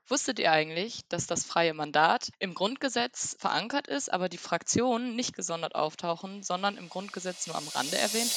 Wusstet ihr eigentlich, dass das freie Mandat im Grundgesetz verankert ist, aber die Fraktionen nicht gesondert auftauchen, sondern im Grundgesetz nur am Rande erwähnt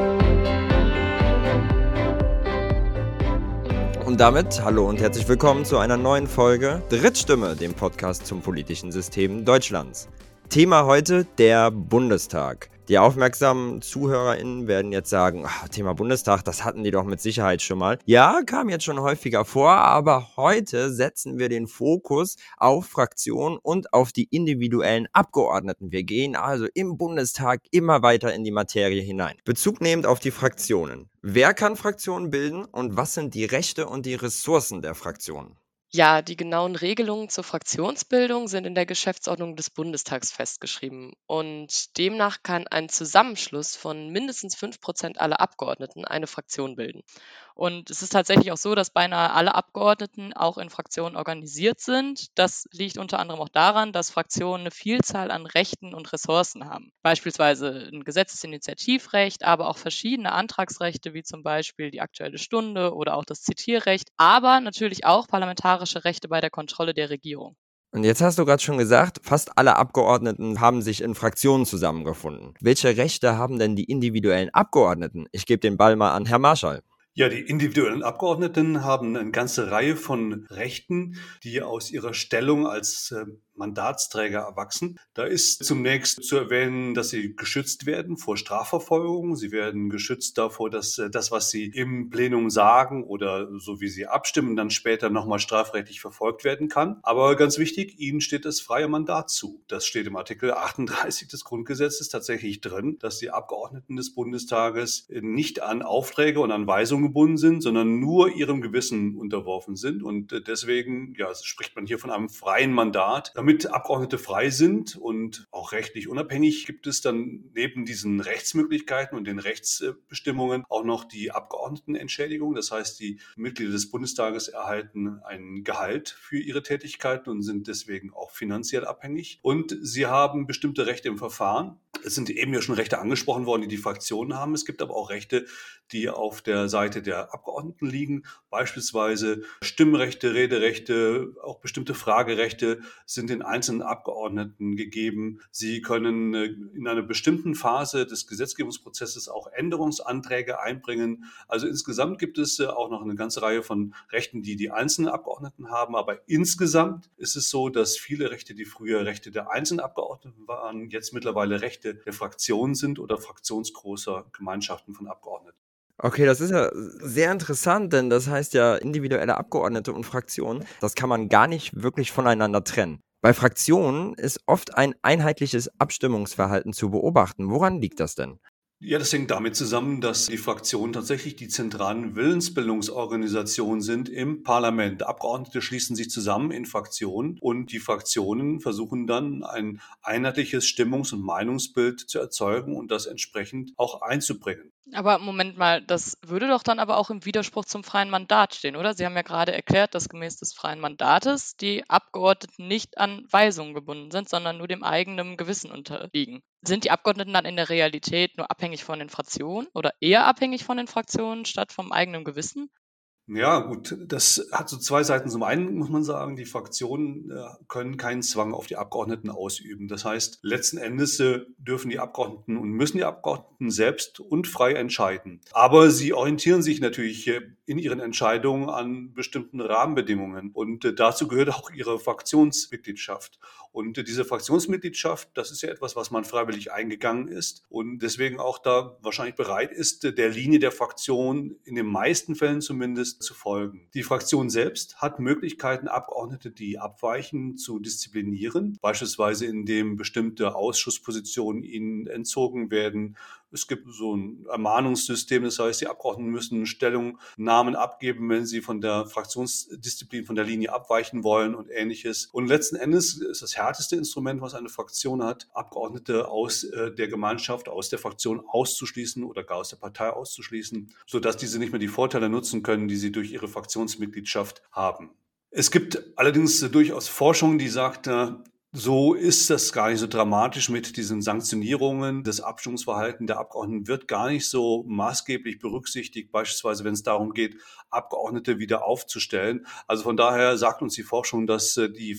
werden? Und damit hallo und herzlich willkommen zu einer neuen Folge Drittstimme, dem Podcast zum politischen System Deutschlands. Thema heute der Bundestag. Die aufmerksamen ZuhörerInnen werden jetzt sagen, Thema Bundestag, das hatten die doch mit Sicherheit schon mal. Ja, kam jetzt schon häufiger vor, aber heute setzen wir den Fokus auf Fraktionen und auf die individuellen Abgeordneten. Wir gehen also im Bundestag immer weiter in die Materie hinein. Bezug nehmend auf die Fraktionen. Wer kann Fraktionen bilden und was sind die Rechte und die Ressourcen der Fraktionen? Ja, die genauen Regelungen zur Fraktionsbildung sind in der Geschäftsordnung des Bundestags festgeschrieben. Und demnach kann ein Zusammenschluss von mindestens 5% aller Abgeordneten eine Fraktion bilden. Und es ist tatsächlich auch so, dass beinahe alle Abgeordneten auch in Fraktionen organisiert sind. Das liegt unter anderem auch daran, dass Fraktionen eine Vielzahl an Rechten und Ressourcen haben. Beispielsweise ein Gesetzesinitiativrecht, aber auch verschiedene Antragsrechte, wie zum Beispiel die Aktuelle Stunde oder auch das Zitierrecht, aber natürlich auch parlamentarische Rechte bei der Kontrolle der Regierung. Und jetzt hast du gerade schon gesagt, fast alle Abgeordneten haben sich in Fraktionen zusammengefunden. Welche Rechte haben denn die individuellen Abgeordneten? Ich gebe den Ball mal an Herrn Marschall. Ja, die individuellen Abgeordneten haben eine ganze Reihe von Rechten, die aus ihrer Stellung als Mandatsträger erwachsen. Da ist zunächst zu erwähnen, dass sie geschützt werden vor Strafverfolgung. Sie werden geschützt davor, dass das, was sie im Plenum sagen oder so wie sie abstimmen, dann später nochmal strafrechtlich verfolgt werden kann. Aber ganz wichtig, ihnen steht das freie Mandat zu. Das steht im Artikel 38 des Grundgesetzes tatsächlich drin, dass die Abgeordneten des Bundestages nicht an Aufträge und an Weisungen gebunden sind, sondern nur ihrem Gewissen unterworfen sind. Und deswegen spricht man hier von einem freien Mandat. Damit Abgeordnete frei sind und auch rechtlich unabhängig, gibt es dann neben diesen Rechtsmöglichkeiten und den Rechtsbestimmungen auch noch die Abgeordnetenentschädigung. Das heißt, die Mitglieder des Bundestages erhalten ein Gehalt für ihre Tätigkeiten und sind deswegen auch finanziell abhängig. Und sie haben bestimmte Rechte im Verfahren. Es sind eben ja schon Rechte angesprochen worden, die die Fraktionen haben. Es gibt aber auch Rechte, die auf der Seite der Abgeordneten liegen. Beispielsweise Stimmrechte, Rederechte, auch bestimmte Fragerechte sind den einzelnen Abgeordneten gegeben. Sie können in einer bestimmten Phase des Gesetzgebungsprozesses auch Änderungsanträge einbringen. Also insgesamt gibt es auch noch eine ganze Reihe von Rechten, die die einzelnen Abgeordneten haben. Aber insgesamt ist es so, dass viele Rechte, die früher Rechte der einzelnen Abgeordneten waren, jetzt mittlerweile Rechte der Fraktionen sind oder fraktionsgroßer Gemeinschaften von Abgeordneten. Okay, das ist ja sehr interessant, denn das heißt ja individuelle Abgeordnete und Fraktionen, das kann man gar nicht wirklich voneinander trennen. Bei Fraktionen ist oft ein einheitliches Abstimmungsverhalten zu beobachten. Woran liegt das denn? Ja, das hängt damit zusammen, dass die Fraktionen tatsächlich die zentralen Willensbildungsorganisationen sind im Parlament. Abgeordnete schließen sich zusammen in Fraktionen und die Fraktionen versuchen dann ein einheitliches Stimmungs- und Meinungsbild zu erzeugen und das entsprechend auch einzubringen. Aber Moment mal, das würde doch dann aber auch im Widerspruch zum freien Mandat stehen, oder? Sie haben ja gerade erklärt, dass gemäß des freien Mandates die Abgeordneten nicht an Weisungen gebunden sind, sondern nur dem eigenen Gewissen unterliegen. Sind die Abgeordneten dann in der Realität nur abhängig von den Fraktionen oder eher abhängig von den Fraktionen statt vom eigenen Gewissen? Ja, gut, das hat so zwei Seiten. Zum einen muss man sagen, die Fraktionen können keinen Zwang auf die Abgeordneten ausüben. Das heißt, letzten Endes dürfen die Abgeordneten und müssen die Abgeordneten selbst und frei entscheiden. Aber sie orientieren sich natürlich in ihren Entscheidungen an bestimmten Rahmenbedingungen. Und dazu gehört auch ihre Fraktionsmitgliedschaft. Und diese Fraktionsmitgliedschaft, das ist ja etwas, was man freiwillig eingegangen ist und deswegen auch da wahrscheinlich bereit ist, der Linie der Fraktion in den meisten Fällen zumindest zu folgen. Die Fraktion selbst hat Möglichkeiten, Abgeordnete, die abweichen, zu disziplinieren, beispielsweise indem bestimmte Ausschusspositionen ihnen entzogen werden. Es gibt so ein Ermahnungssystem, das heißt, die Abgeordneten müssen Stellungnahmen abgeben, wenn sie von der Fraktionsdisziplin, von der Linie abweichen wollen und Ähnliches. Und letzten Endes ist das härteste Instrument, was eine Fraktion hat, Abgeordnete aus der Gemeinschaft, aus der Fraktion auszuschließen oder gar aus der Partei auszuschließen, sodass diese nicht mehr die Vorteile nutzen können, die sie durch ihre Fraktionsmitgliedschaft haben. Es gibt allerdings durchaus Forschung, die sagt, So ist das gar nicht so dramatisch mit diesen Sanktionierungen. Das Abstimmungsverhalten der Abgeordneten wird gar nicht so maßgeblich berücksichtigt, beispielsweise wenn es darum geht, Abgeordnete wieder aufzustellen. Also von daher sagt uns die Forschung, dass die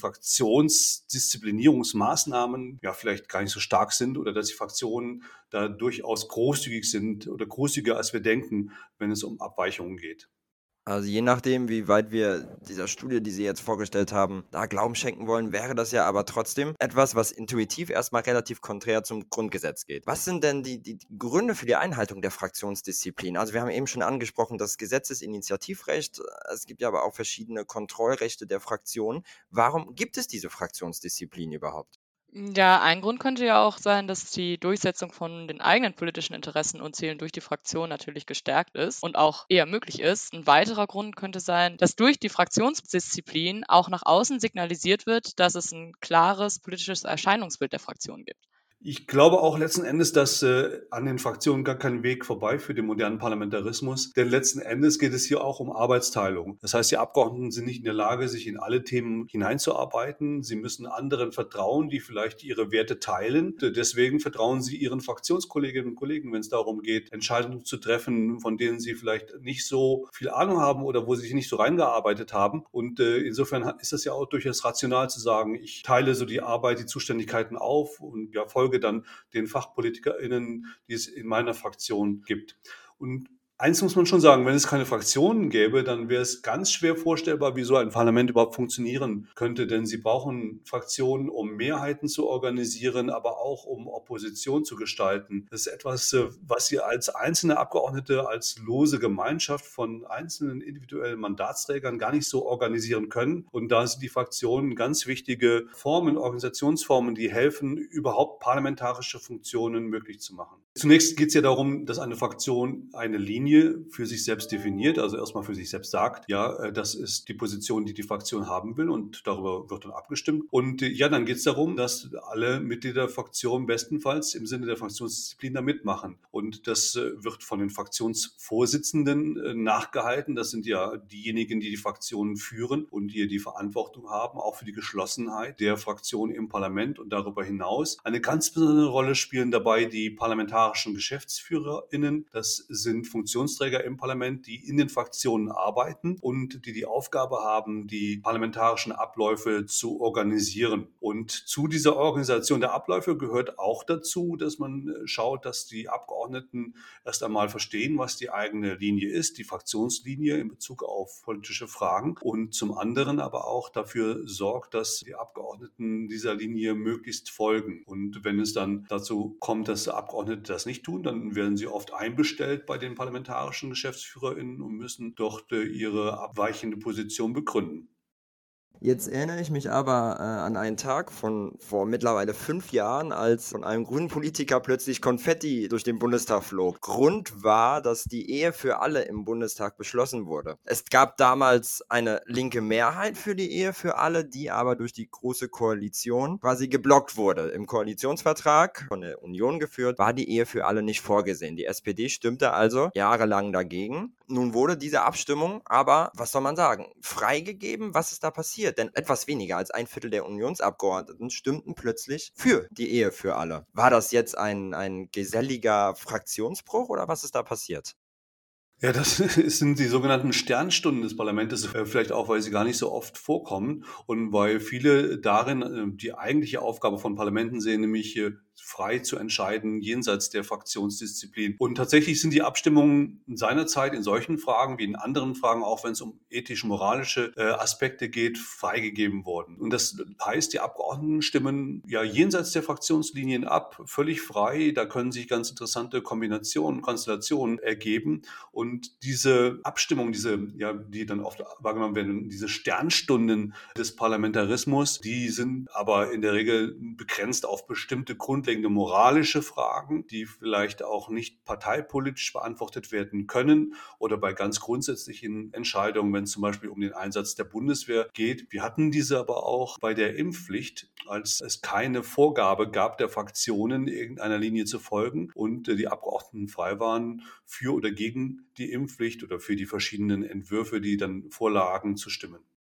Fraktionsdisziplinierungsmaßnahmen ja vielleicht gar nicht so stark sind oder dass die Fraktionen da durchaus großzügig sind oder großzügiger als wir denken, wenn es um Abweichungen geht. Also je nachdem, wie weit wir dieser Studie, die Sie jetzt vorgestellt haben, da Glauben schenken wollen, wäre das ja aber trotzdem etwas, was intuitiv erstmal relativ konträr zum Grundgesetz geht. Was sind denn die Gründe für die Einhaltung der Fraktionsdisziplin? Also wir haben eben schon angesprochen, das Gesetzesinitiativrecht, es gibt ja aber auch verschiedene Kontrollrechte der Fraktionen. Warum gibt es diese Fraktionsdisziplin überhaupt? Ja, ein Grund könnte ja auch sein, dass die Durchsetzung von den eigenen politischen Interessen und Zielen durch die Fraktion natürlich gestärkt ist und auch eher möglich ist. Ein weiterer Grund könnte sein, dass durch die Fraktionsdisziplin auch nach außen signalisiert wird, dass es ein klares politisches Erscheinungsbild der Fraktion gibt. Ich glaube auch letzten Endes, dass an den Fraktionen gar kein Weg vorbei für den modernen Parlamentarismus. Denn letzten Endes geht es hier auch um Arbeitsteilung. Das heißt, die Abgeordneten sind nicht in der Lage, sich in alle Themen hineinzuarbeiten. Sie müssen anderen vertrauen, die vielleicht ihre Werte teilen. Deswegen vertrauen sie ihren Fraktionskolleginnen und Kollegen, wenn es darum geht, Entscheidungen zu treffen, von denen sie vielleicht nicht so viel Ahnung haben oder wo sie sich nicht so reingearbeitet haben. Und insofern ist es ja auch durchaus rational zu sagen, ich teile so die Arbeit, die Zuständigkeiten auf und ja, folge dann den FachpolitikerInnen, die es in meiner Fraktion gibt. Und eins muss man schon sagen, wenn es keine Fraktionen gäbe, dann wäre es ganz schwer vorstellbar, wie so ein Parlament überhaupt funktionieren könnte. Denn sie brauchen Fraktionen, um Mehrheiten zu organisieren, aber auch um Opposition zu gestalten. Das ist etwas, was sie als einzelne Abgeordnete, als lose Gemeinschaft von einzelnen individuellen Mandatsträgern gar nicht so organisieren können. Und da sind die Fraktionen ganz wichtige Formen, Organisationsformen, die helfen, überhaupt parlamentarische Funktionen möglich zu machen. Zunächst geht es ja darum, dass eine Fraktion eine Linie für sich selbst definiert, also erstmal für sich selbst sagt, ja, das ist die Position, die die Fraktion haben will und darüber wird dann abgestimmt. Und ja, dann geht es darum, dass alle Mitglieder der Fraktion bestenfalls im Sinne der Fraktionsdisziplin da mitmachen. Und das wird von den Fraktionsvorsitzenden nachgehalten. Das sind ja diejenigen, die die Fraktionen führen und die Verantwortung haben, auch für die Geschlossenheit der Fraktion im Parlament und darüber hinaus. Eine ganz besondere Rolle spielen dabei die parlamentarischen GeschäftsführerInnen. Das sind Funktionsträger im Parlament, die in den Fraktionen arbeiten und die die Aufgabe haben, die parlamentarischen Abläufe zu organisieren. Und zu dieser Organisation der Abläufe gehört auch dazu, dass man schaut, dass die Abgeordneten erst einmal verstehen, was die eigene Linie ist, die Fraktionslinie in Bezug auf politische Fragen und zum anderen aber auch dafür sorgt, dass die Abgeordneten dieser Linie möglichst folgen. Und wenn es dann dazu kommt, dass Abgeordnete das nicht tun, dann werden sie oft einbestellt bei den parlamentarischen GeschäftsführerInnen und müssen dort ihre abweichende Position begründen. Jetzt erinnere ich mich aber an einen Tag von vor mittlerweile 5 Jahren, als von einem grünen Politiker plötzlich Konfetti durch den Bundestag flog. Grund war, dass die Ehe für alle im Bundestag beschlossen wurde. Es gab damals eine linke Mehrheit für die Ehe für alle, die aber durch die Große Koalition quasi geblockt wurde. Im Koalitionsvertrag, von der Union geführt, war die Ehe für alle nicht vorgesehen. Die SPD stimmte also jahrelang dagegen. Nun wurde diese Abstimmung aber, was soll man sagen, freigegeben. Was ist da passiert? Denn etwas weniger als 1/4 der Unionsabgeordneten stimmten plötzlich für die Ehe für alle. War das jetzt ein geselliger Fraktionsbruch oder was ist da passiert? Ja, das sind die sogenannten Sternstunden des Parlaments, vielleicht auch, weil sie gar nicht so oft vorkommen und weil viele darin die eigentliche Aufgabe von Parlamenten sehen, nämlich frei zu entscheiden, jenseits der Fraktionsdisziplin. Und tatsächlich sind die Abstimmungen seinerzeit in solchen Fragen wie in anderen Fragen, auch wenn es um ethisch-moralische Aspekte geht, freigegeben worden. Und das heißt, die Abgeordneten stimmen ja jenseits der Fraktionslinien ab, völlig frei. Da können sich ganz interessante Kombinationen, Konstellationen ergeben. Und diese Abstimmung, die dann oft wahrgenommen werden, diese Sternstunden des Parlamentarismus, die sind aber in der Regel begrenzt auf bestimmte grundlegende moralische Fragen, die vielleicht auch nicht parteipolitisch beantwortet werden können oder bei ganz grundsätzlichen Entscheidungen, wenn es zum Beispiel um den Einsatz der Bundeswehr geht. Wir hatten diese aber auch bei der Impfpflicht, als es keine Vorgabe gab der Fraktionen, irgendeiner Linie zu folgen und die Abgeordneten frei waren, für oder gegen die Impfpflicht oder für die verschiedenen Entwürfe, die dann vorlagen, zu stimmen.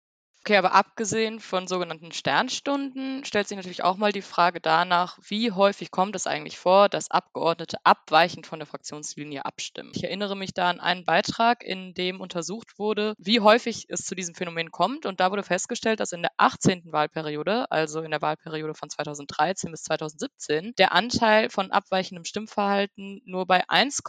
Okay, aber abgesehen von sogenannten Sternstunden stellt sich natürlich auch mal die Frage danach, wie häufig kommt es eigentlich vor, dass Abgeordnete abweichend von der Fraktionslinie abstimmen. Ich erinnere mich da an einen Beitrag, in dem untersucht wurde, wie häufig es zu diesem Phänomen kommt. Und da wurde festgestellt, dass in der 18. Wahlperiode, also in der Wahlperiode von 2013 bis 2017, der Anteil von abweichendem Stimmverhalten nur bei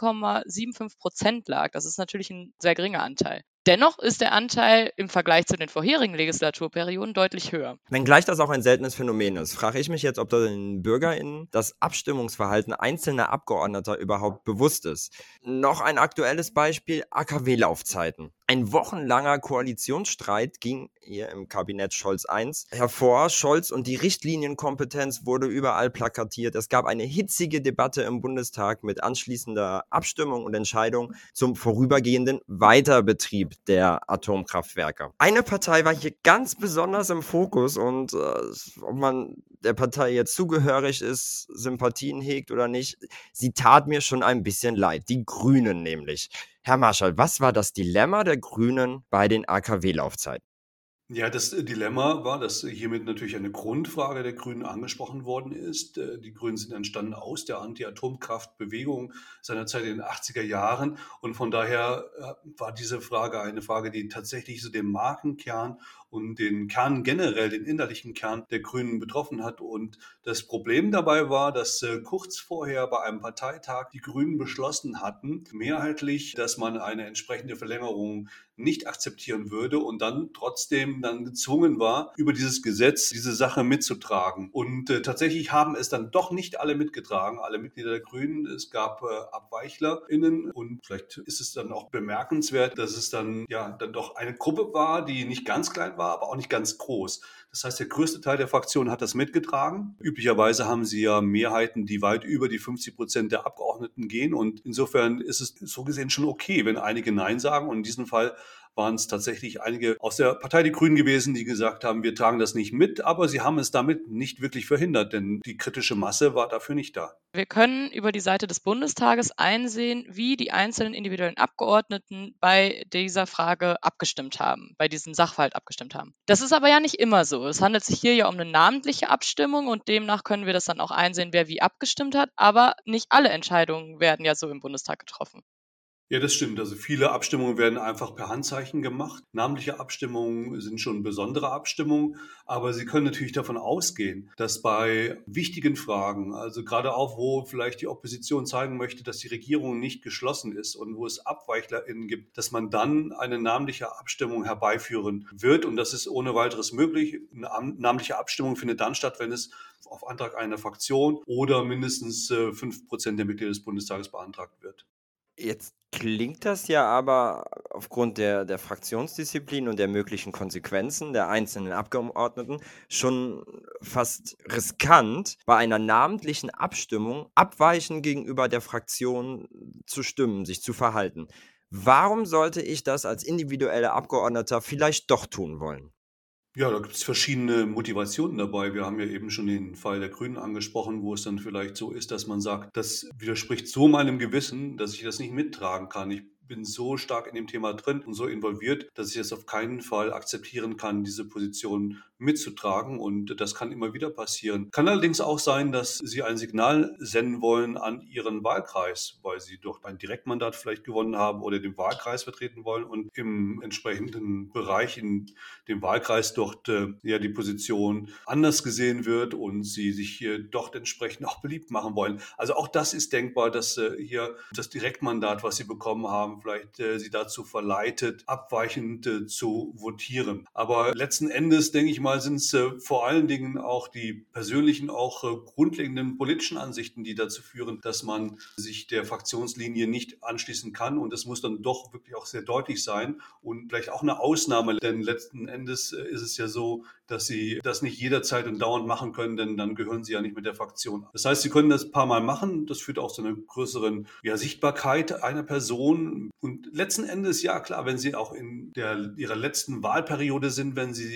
1,75% lag. Das ist natürlich ein sehr geringer Anteil. Dennoch ist der Anteil im Vergleich zu den vorherigen Legislaturperioden deutlich höher. Wenngleich das auch ein seltenes Phänomen ist, frage ich mich jetzt, ob den BürgerInnen das Abstimmungsverhalten einzelner Abgeordneter überhaupt bewusst ist. Noch ein aktuelles Beispiel: AKW-Laufzeiten. Ein wochenlanger Koalitionsstreit ging hier im Kabinett Scholz I hervor. Scholz und die Richtlinienkompetenz wurde überall plakatiert. Es gab eine hitzige Debatte im Bundestag mit anschließender Abstimmung und Entscheidung zum vorübergehenden Weiterbetrieb der Atomkraftwerke. Eine Partei war hier ganz besonders im Fokus und ob man der Partei jetzt zugehörig ist, Sympathien hegt oder nicht, sie tat mir schon ein bisschen leid. Die Grünen nämlich. Herr Marschall, was war das Dilemma der Grünen bei den AKW-Laufzeiten? Ja, das Dilemma war, dass hiermit natürlich eine Grundfrage der Grünen angesprochen worden ist. Die Grünen sind entstanden aus der Anti-Atomkraft-Bewegung seinerzeit in den 80er Jahren. Und von daher war diese Frage eine Frage, die tatsächlich so den Markenkern und den Kern generell, den innerlichen Kern der Grünen betroffen hat. Und das Problem dabei war, dass kurz vorher bei einem Parteitag die Grünen beschlossen hatten, mehrheitlich, dass man eine entsprechende Verlängerung nicht akzeptieren würde und dann trotzdem dann gezwungen war, über dieses Gesetz diese Sache mitzutragen. Und tatsächlich haben es dann doch nicht alle mitgetragen, alle Mitglieder der Grünen. Es gab AbweichlerInnen und vielleicht ist es dann auch bemerkenswert, dass es dann doch eine Gruppe war, die nicht ganz klein war, aber auch nicht ganz groß. Das heißt, der größte Teil der Fraktion hat das mitgetragen. Üblicherweise haben sie ja Mehrheiten, die weit über die 50% der Abgeordneten gehen. Und insofern ist es so gesehen schon okay, wenn einige Nein sagen. Und in diesem Fall waren es tatsächlich einige aus der Partei Die Grünen gewesen, die gesagt haben, wir tragen das nicht mit, aber sie haben es damit nicht wirklich verhindert, denn die kritische Masse war dafür nicht da. Wir können über die Seite des Bundestages einsehen, wie die einzelnen individuellen Abgeordneten bei dieser Frage abgestimmt haben, bei diesem Sachverhalt abgestimmt haben. Das ist aber ja nicht immer so. Es handelt sich hier ja um eine namentliche Abstimmung und demnach können wir das dann auch einsehen, wer wie abgestimmt hat, aber nicht alle Entscheidungen werden ja so im Bundestag getroffen. Ja, das stimmt. Also viele Abstimmungen werden einfach per Handzeichen gemacht. Namentliche Abstimmungen sind schon besondere Abstimmungen, aber Sie können natürlich davon ausgehen, dass bei wichtigen Fragen, also gerade auch, wo vielleicht die Opposition zeigen möchte, dass die Regierung nicht geschlossen ist und wo es AbweichlerInnen gibt, dass man dann eine namentliche Abstimmung herbeiführen wird. Und das ist ohne weiteres möglich. Eine namentliche Abstimmung findet dann statt, wenn es auf Antrag einer Fraktion oder mindestens 5% der Mitglieder des Bundestages beantragt wird. Jetzt klingt das ja aber aufgrund der Fraktionsdisziplin und der möglichen Konsequenzen der einzelnen Abgeordneten schon fast riskant, bei einer namentlichen Abstimmung abweichend gegenüber der Fraktion zu stimmen, sich zu verhalten. Warum sollte ich das als individueller Abgeordneter vielleicht doch tun wollen? Ja, da gibt es verschiedene Motivationen dabei. Wir haben ja eben schon den Fall der Grünen angesprochen, wo es dann vielleicht so ist, dass man sagt, das widerspricht so meinem Gewissen, dass ich das nicht mittragen kann. Ich bin so stark in dem Thema drin und so involviert, dass ich es auf keinen Fall akzeptieren kann, diese Position mitzutragen. Und das kann immer wieder passieren. Kann allerdings auch sein, dass Sie ein Signal senden wollen an Ihren Wahlkreis, weil Sie dort ein Direktmandat vielleicht gewonnen haben oder den Wahlkreis vertreten wollen und im entsprechenden Bereich in dem Wahlkreis dort die Position anders gesehen wird und Sie sich dort entsprechend auch beliebt machen wollen. Also auch das ist denkbar, dass hier das Direktmandat, was Sie bekommen haben, vielleicht Sie dazu verleitet, abweichend zu votieren. Aber letzten Endes, denke ich mal, sind es vor allen Dingen auch die persönlichen, auch grundlegenden politischen Ansichten, die dazu führen, dass man sich der Fraktionslinie nicht anschließen kann. Und das muss dann doch wirklich auch sehr deutlich sein und vielleicht auch eine Ausnahme, denn letzten Endes ist es ja so, dass Sie das nicht jederzeit und dauernd machen können, denn dann gehören Sie ja nicht mit der Fraktion. Das heißt, Sie können das ein paar Mal machen. Das führt auch zu einer größeren Sichtbarkeit einer Person. Und letzten Endes, ja klar, wenn Sie auch in ihrer letzten Wahlperiode sind, wenn Sie auch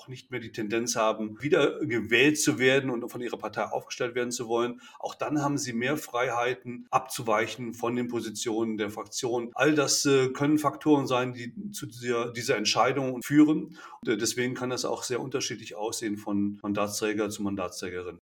auch nicht mehr die Tendenz haben, wieder gewählt zu werden und von ihrer Partei aufgestellt werden zu wollen. Auch dann haben sie mehr Freiheiten, abzuweichen von den Positionen der Fraktion. All das können Faktoren sein, die zu dieser Entscheidung führen. Und deswegen kann das auch sehr unterschiedlich aussehen von Mandatsträger zu Mandatsträgerin.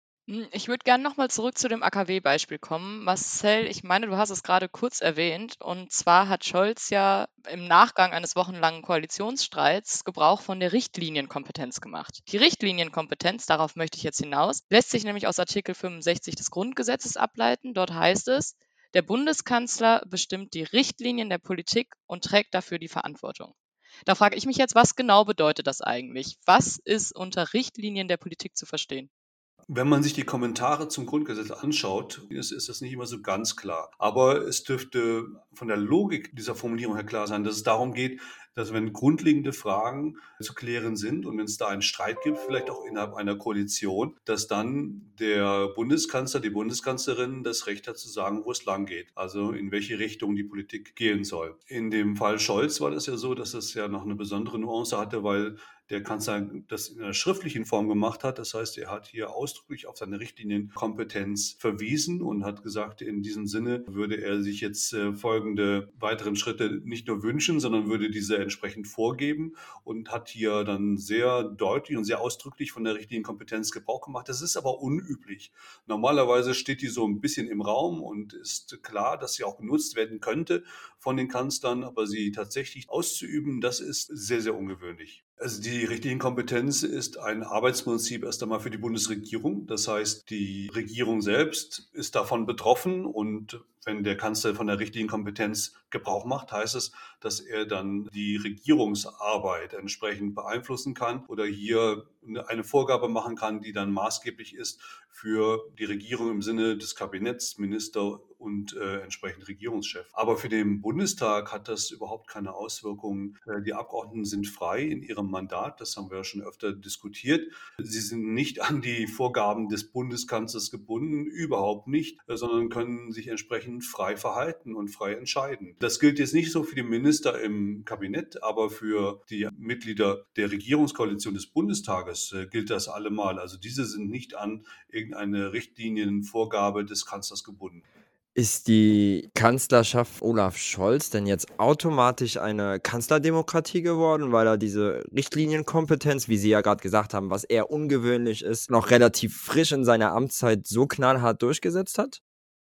Ich würde gerne nochmal zurück zu dem AKW-Beispiel kommen. Marcel, ich meine, du hast es gerade kurz erwähnt. Und zwar hat Scholz ja im Nachgang eines wochenlangen Koalitionsstreits Gebrauch von der Richtlinienkompetenz gemacht. Die Richtlinienkompetenz, darauf möchte ich jetzt hinaus, lässt sich nämlich aus Artikel 65 des Grundgesetzes ableiten. Dort heißt es, der Bundeskanzler bestimmt die Richtlinien der Politik und trägt dafür die Verantwortung. Da frage ich mich jetzt, was genau bedeutet das eigentlich? Was ist unter Richtlinien der Politik zu verstehen? Wenn man sich die Kommentare zum Grundgesetz anschaut, ist das nicht immer so ganz klar. Aber es dürfte von der Logik dieser Formulierung her klar sein, dass es darum geht, dass wenn grundlegende Fragen zu klären sind und wenn es da einen Streit gibt, vielleicht auch innerhalb einer Koalition, dass dann der Bundeskanzler, die Bundeskanzlerin das Recht hat zu sagen, wo es lang geht, also in welche Richtung die Politik gehen soll. In dem Fall Scholz war das ja so, dass es ja noch eine besondere Nuance hatte, weil der Kanzler das in einer schriftlichen Form gemacht hat. Das heißt, er hat hier ausdrücklich auf seine Richtlinienkompetenz verwiesen und hat gesagt, in diesem Sinne würde er sich jetzt folgende weiteren Schritte nicht nur wünschen, sondern würde diese entsprechend vorgeben und hat hier dann sehr deutlich und sehr ausdrücklich von der Richtlinienkompetenz Gebrauch gemacht. Das ist aber unüblich. Normalerweise steht die so ein bisschen im Raum und ist klar, dass sie auch genutzt werden könnte von den Kanzlern, aber sie tatsächlich auszuüben, das ist sehr, sehr ungewöhnlich. Also die Richtlinienkompetenz ist ein Arbeitsprinzip erst einmal für die Bundesregierung. Das heißt, die Regierung selbst ist davon betroffen und wenn der Kanzler von der Richtlinienkompetenz Gebrauch macht, heißt es, dass er dann die Regierungsarbeit entsprechend beeinflussen kann oder hier eine Vorgabe machen kann, die dann maßgeblich ist für die Regierung im Sinne des Kabinetts, Minister und entsprechend Regierungschef. Aber für den Bundestag hat das überhaupt keine Auswirkungen. Die Abgeordneten sind frei in ihrem Mandat, das haben wir ja schon öfter diskutiert. Sie sind nicht an die Vorgaben des Bundeskanzlers gebunden, überhaupt nicht, sondern können sich entsprechend frei verhalten und frei entscheiden. Das gilt jetzt nicht so für die Minister im Kabinett, aber für die Mitglieder der Regierungskoalition des Bundestages gilt das allemal. Also diese sind nicht an irgendeine Richtlinienvorgabe des Kanzlers gebunden. Ist die Kanzlerschaft Olaf Scholz denn jetzt automatisch eine Kanzlerdemokratie geworden, weil er diese Richtlinienkompetenz, wie Sie ja gerade gesagt haben, was eher ungewöhnlich ist, noch relativ frisch in seiner Amtszeit so knallhart durchgesetzt hat?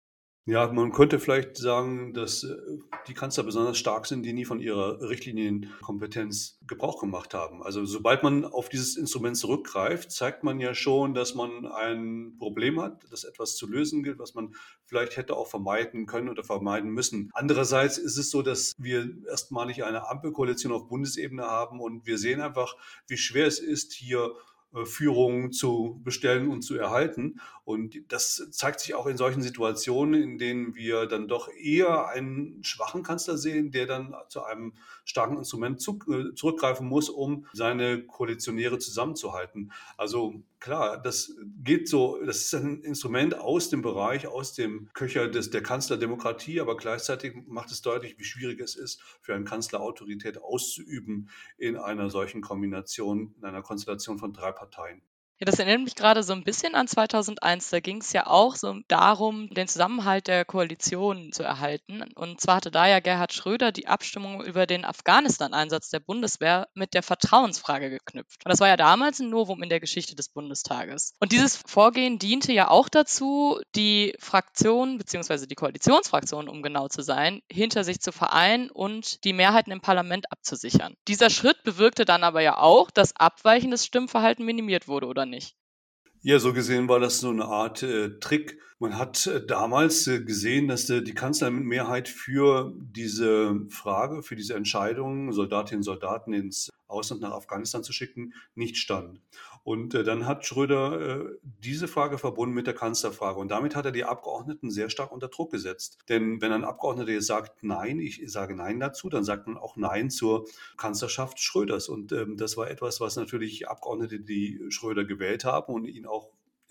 Ja, man könnte vielleicht sagen, dass die Kanzler besonders stark sind, die nie von ihrer Richtlinienkompetenz Gebrauch gemacht haben. Also sobald man auf dieses Instrument zurückgreift, zeigt man ja schon, dass man ein Problem hat, das etwas zu lösen gilt, was man vielleicht hätte auch vermeiden können oder vermeiden müssen. Andererseits ist es so, dass wir erstmalig eine Ampelkoalition auf Bundesebene haben und wir sehen einfach, wie schwer es ist, hier Führung zu bestellen und zu erhalten. Und das zeigt sich auch in solchen Situationen, in denen wir dann doch eher einen schwachen Kanzler sehen, der dann zu einem starken Instrument zurückgreifen muss, um seine Koalitionäre zusammenzuhalten. Also klar, das geht so, das ist ein Instrument aus dem Bereich, aus dem Köcher der Kanzlerdemokratie, aber gleichzeitig macht es deutlich, wie schwierig es ist, für einen Kanzler Autorität auszuüben in einer solchen Kombination, in einer Konstellation von 3 Parteien. Ja, das erinnert mich gerade so ein bisschen an 2001. Da ging es ja auch so darum, den Zusammenhalt der Koalition zu erhalten. Und zwar hatte da ja Gerhard Schröder die Abstimmung über den Afghanistan-Einsatz der Bundeswehr mit der Vertrauensfrage geknüpft. Und das war ja damals ein Novum in der Geschichte des Bundestages. Und dieses Vorgehen diente ja auch dazu, die Fraktion bzw. die Koalitionsfraktion, um genau zu sein, hinter sich zu vereinen und die Mehrheiten im Parlament abzusichern. Dieser Schritt bewirkte dann aber ja auch, dass abweichendes Stimmverhalten minimiert wurde, oder nicht? Ja, so gesehen war das so eine Art Trick. Man hat damals gesehen, dass die Kanzlermehrheit für diese Frage, für diese Entscheidung, Soldatinnen und Soldaten ins Ausland nach Afghanistan zu schicken, nicht stand. Und dann hat Schröder diese Frage verbunden mit der Kanzlerfrage. Und damit hat er die Abgeordneten sehr stark unter Druck gesetzt. Denn wenn ein Abgeordneter jetzt sagt, nein, ich sage Nein dazu, dann sagt man auch Nein zur Kanzlerschaft Schröders. Und das war etwas, was natürlich Abgeordnete, die Schröder gewählt haben und ihn auch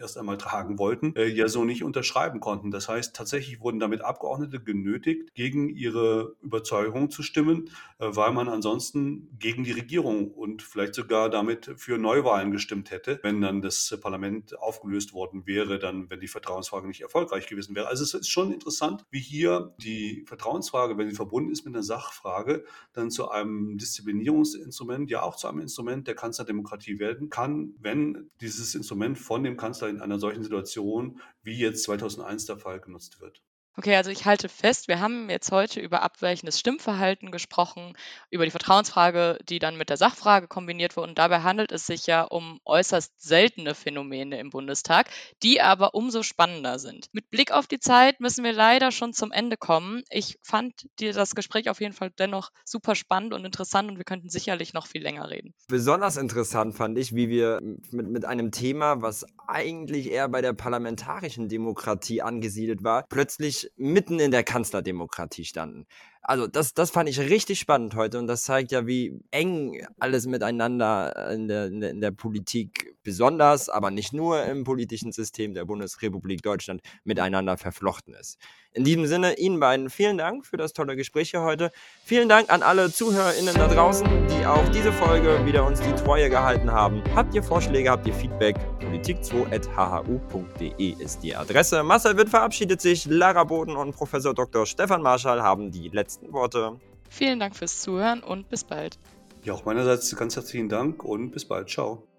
erst einmal tragen wollten, ja so nicht unterschreiben konnten. Das heißt, tatsächlich wurden damit Abgeordnete genötigt, gegen ihre Überzeugung zu stimmen, weil man ansonsten gegen die Regierung und vielleicht sogar damit für Neuwahlen gestimmt hätte, wenn dann das Parlament aufgelöst worden wäre, dann, wenn die Vertrauensfrage nicht erfolgreich gewesen wäre. Also es ist schon interessant, wie hier die Vertrauensfrage, wenn sie verbunden ist mit einer Sachfrage, dann zu einem Disziplinierungsinstrument, ja auch zu einem Instrument der Kanzlerdemokratie werden kann, wenn dieses Instrument von dem Kanzler in einer solchen Situation, wie jetzt 2001 der Fall, genutzt wird. Okay, also ich halte fest, wir haben jetzt heute über abweichendes Stimmverhalten gesprochen, über die Vertrauensfrage, die dann mit der Sachfrage kombiniert wurde. Und dabei handelt es sich ja um äußerst seltene Phänomene im Bundestag, die aber umso spannender sind. Mit Blick auf die Zeit müssen wir leider schon zum Ende kommen. Ich fand das Gespräch auf jeden Fall dennoch super spannend und interessant und wir könnten sicherlich noch viel länger reden. Besonders interessant fand ich, wie wir mit einem Thema, was eigentlich eher bei der parlamentarischen Demokratie angesiedelt war, plötzlich mitten in der Kanzlerdemokratie standen. Also das fand ich richtig spannend heute und das zeigt ja, wie eng alles miteinander in der Politik, besonders, aber nicht nur im politischen System der Bundesrepublik Deutschland, miteinander verflochten ist. In diesem Sinne, Ihnen beiden vielen Dank für das tolle Gespräch hier heute. Vielen Dank an alle ZuhörerInnen da draußen, die auch diese Folge wieder uns die Treue gehalten haben. Habt ihr Vorschläge, habt ihr Feedback? politik2@hhu.de ist die Adresse. Marcel Witt verabschiedet sich, Lara Boden und Professor Dr. Stefan Marschall haben die letzten Worte. Vielen Dank fürs Zuhören und bis bald. Ja, auch meinerseits ganz herzlichen Dank und bis bald. Ciao.